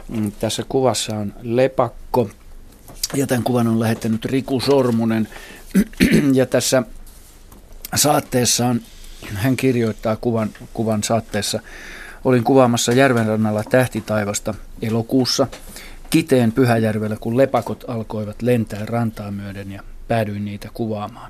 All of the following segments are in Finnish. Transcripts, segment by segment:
Tässä kuvassa on lepakko ja tämän kuvan on lähettänyt Riku Sormunen. Ja tässä saatteessa hän kirjoittaa kuvan saatteessa: olin kuvaamassa järvenrannalla tähtitaivasta elokuussa Kiteen Pyhäjärvellä, kun lepakot alkoivat lentää rantaa myöden ja päädyin niitä kuvaamaan.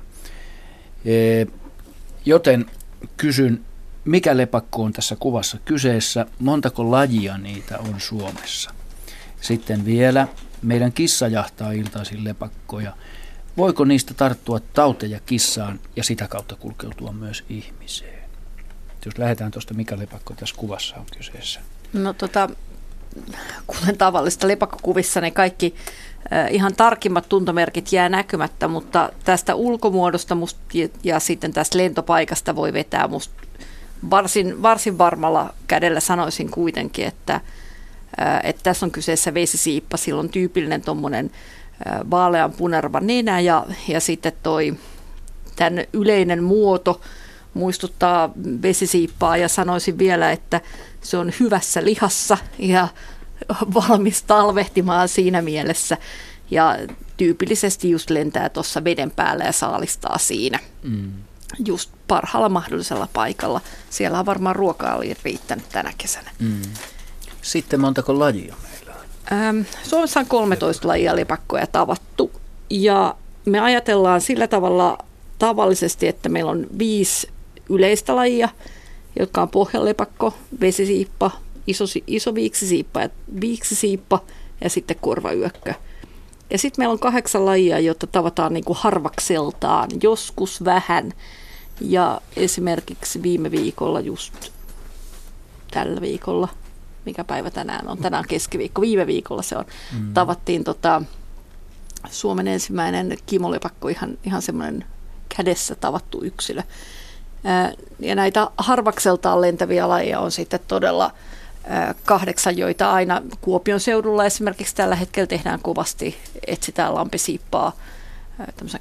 Joten kysyn, mikä lepakko on tässä kuvassa kyseessä, montako lajia niitä on Suomessa? Sitten vielä, meidän kissa jahtaa iltaisin lepakkoja. Voiko niistä tarttua tauteja kissaan ja sitä kautta kulkeutua myös ihmiseen? Jos lähdetään tuosta, mikä lepakko tässä kuvassa on kyseessä? No kuten tavallista lepakkokuvissa, ne kaikki ihan tarkimmat tuntomerkit jää näkymättä, mutta tästä ulkomuodosta ja sitten tästä lentopaikasta voi vetää musta varsin varmalla kädellä sanoisin kuitenkin, että tässä on kyseessä vesisiippa. Sillä on tyypillinen tuommoinen vaalean punerva nenä ja sitten tämän yleinen muoto muistuttaa vesisiippaa ja sanoisin vielä, että se on hyvässä lihassa ja valmis talvehtimaan siinä mielessä ja tyypillisesti just lentää tuossa veden päällä ja saalistaa siinä just parhaalla mahdollisella paikalla. Siellä on varmaan ruokaa riittänyt tänä kesänä. Sitten montako lajia meillä on? Suomessa on 13 lajia lepakkoja tavattu ja me ajatellaan sillä tavalla tavallisesti, että meillä on 5 yleistä lajia, jotka on pohjalepakko, vesisiippa, iso viiksisiippa ja sitten korvayökkö. Ja sitten meillä on 8 lajia, joita tavataan niin kuin harvakseltaan, joskus vähän. Ja esimerkiksi viime viikolla, just tällä viikolla, mikä päivä tänään on? Tänään on keskiviikko, viime viikolla se on. Tavattiin Suomen ensimmäinen kimolepakko, ihan semmoinen kädessä tavattu yksilö. Ja näitä harvakseltaan lentäviä lajeja on sitten todella 8, joita aina Kuopion seudulla esimerkiksi tällä hetkellä tehdään kovasti, etsitään lampisiippaa tämmöisen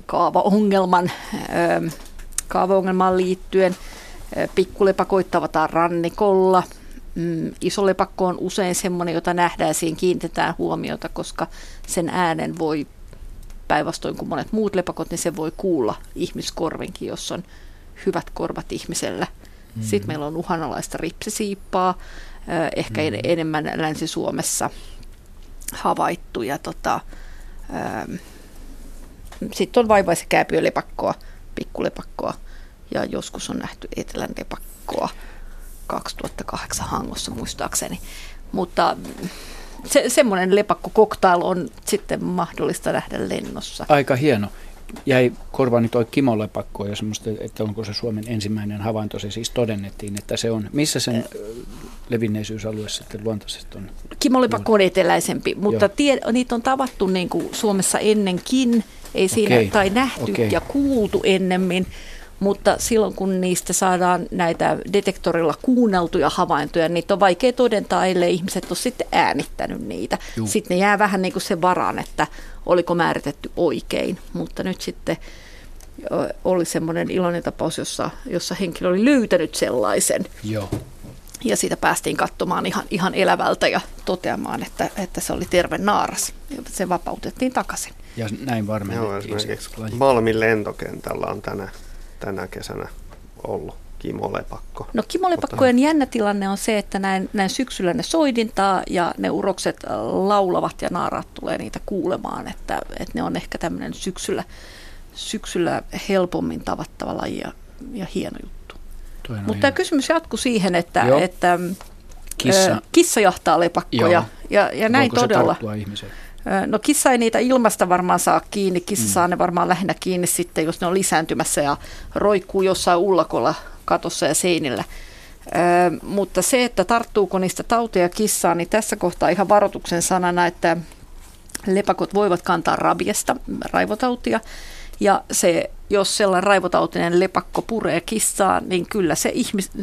kaavaongelmaan liittyen. Pikkulepakoita tavataan rannikolla. Iso lepakko on usein semmoinen, jota nähdään, siihen kiinnitetään huomiota, koska sen äänen voi, päinvastoin kuin monet muut lepakot, niin se voi kuulla ihmiskorvinkin, jos on hyvät korvat ihmisellä. Sitten meillä on uhanalaista ripsisiippaa, ehkä enemmän Länsi-Suomessa havaittu. Ja sitten on vaivaisen kääpiölepakkoa, pikkulepakkoa ja joskus on nähty etelän lepakkoa 2008 Hangossa muistaakseni. Mutta semmoinen lepakkokoktail on sitten mahdollista nähdä lennossa. Aika hieno. Jäi korvaani toi kimolepakko ja semmoista, että onko se Suomen ensimmäinen havainto, se siis todennettiin, että se on. Missä sen levinneisyysalue sitten luontaisesti on? Kimolepakko on eteläisempi, mutta niitä on tavattu niin kuin Suomessa ennenkin, ei siinä, tai nähty ja kuultu ennemmin, mutta silloin kun niistä saadaan näitä detektorilla kuunneltuja havaintoja, niitä on vaikea todentaa, ellei ihmiset ole sitten äänittänyt niitä. Sitten ne jää vähän niin kuin sen varaan, että oliko määritetty oikein, mutta nyt sitten oli semmoinen iloinen tapaus, jossa henkilö oli löytänyt sellaisen. Joo. Ja siitä päästiin katsomaan ihan elävältä ja toteamaan, että se oli terve naaras. Ja se vapautettiin takaisin. Ja näin varmennettiin. Esimerkiksi Malmin lentokentällä on tänä kesänä ollut kimolepakko. No kimolepakkojen jännä tilanne on se, että näin syksyllä ne soidintaa ja ne urokset laulavat ja naaraat tulee niitä kuulemaan, että ne on ehkä tämmöinen syksyllä helpommin tavattava laji ja hieno juttu. Mutta tämä kysymys jatkuu siihen, että kissa jahtaa lepakkoja ja näin voiko todella. Se tarttua ihmiseen? No kissa ei niitä ilmasta varmaan saa kiinni. Kissa saa ne varmaan lähinnä kiinni sitten, jos ne on lisääntymässä ja roikkuu jossain ullakolla katossa ja seinillä. Mutta se, että tarttuuko niistä tauteja kissaan, niin tässä kohtaa ihan varoituksen sanana, että lepakot voivat kantaa rabiesta, raivotautia. Ja jos sellainen raivotautinen lepakko puree kissaan, niin kyllä se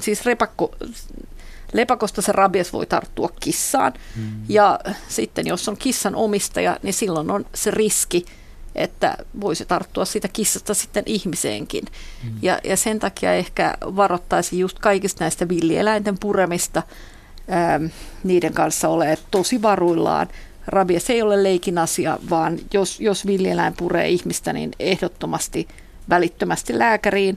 lepakosta se rabies voi tarttua kissaan. Ja sitten jos on kissan omistaja, niin silloin on se riski, että voisi tarttua siitä kissasta sitten ihmiseenkin. Ja sen takia ehkä varoittaisin just kaikista näistä villieläinten puremista, niiden kanssa olemaan tosi varuillaan. Rabies ei ole leikin asia, vaan jos villieläin puree ihmistä, niin ehdottomasti välittömästi lääkäriin.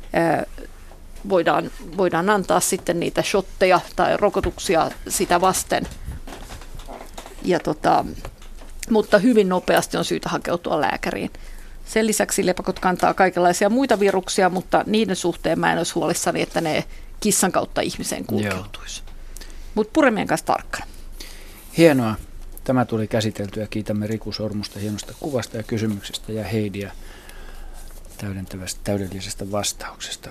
Voidaan antaa sitten niitä shotteja tai rokotuksia sitä vasten. Mutta hyvin nopeasti on syytä hakeutua lääkäriin. Sen lisäksi lepakot kantaa kaikenlaisia muita viruksia, mutta niiden suhteen mä en olisi huolissani, että ne kissan kautta ihmiseen kulkeutuisi. Mutta puremien kanssa tarkkana. Hienoa. Tämä tuli käsiteltyä. Kiitämme Riku Sormusta hienosta kuvasta ja kysymyksestä ja Heidiä täydellisestä vastauksesta.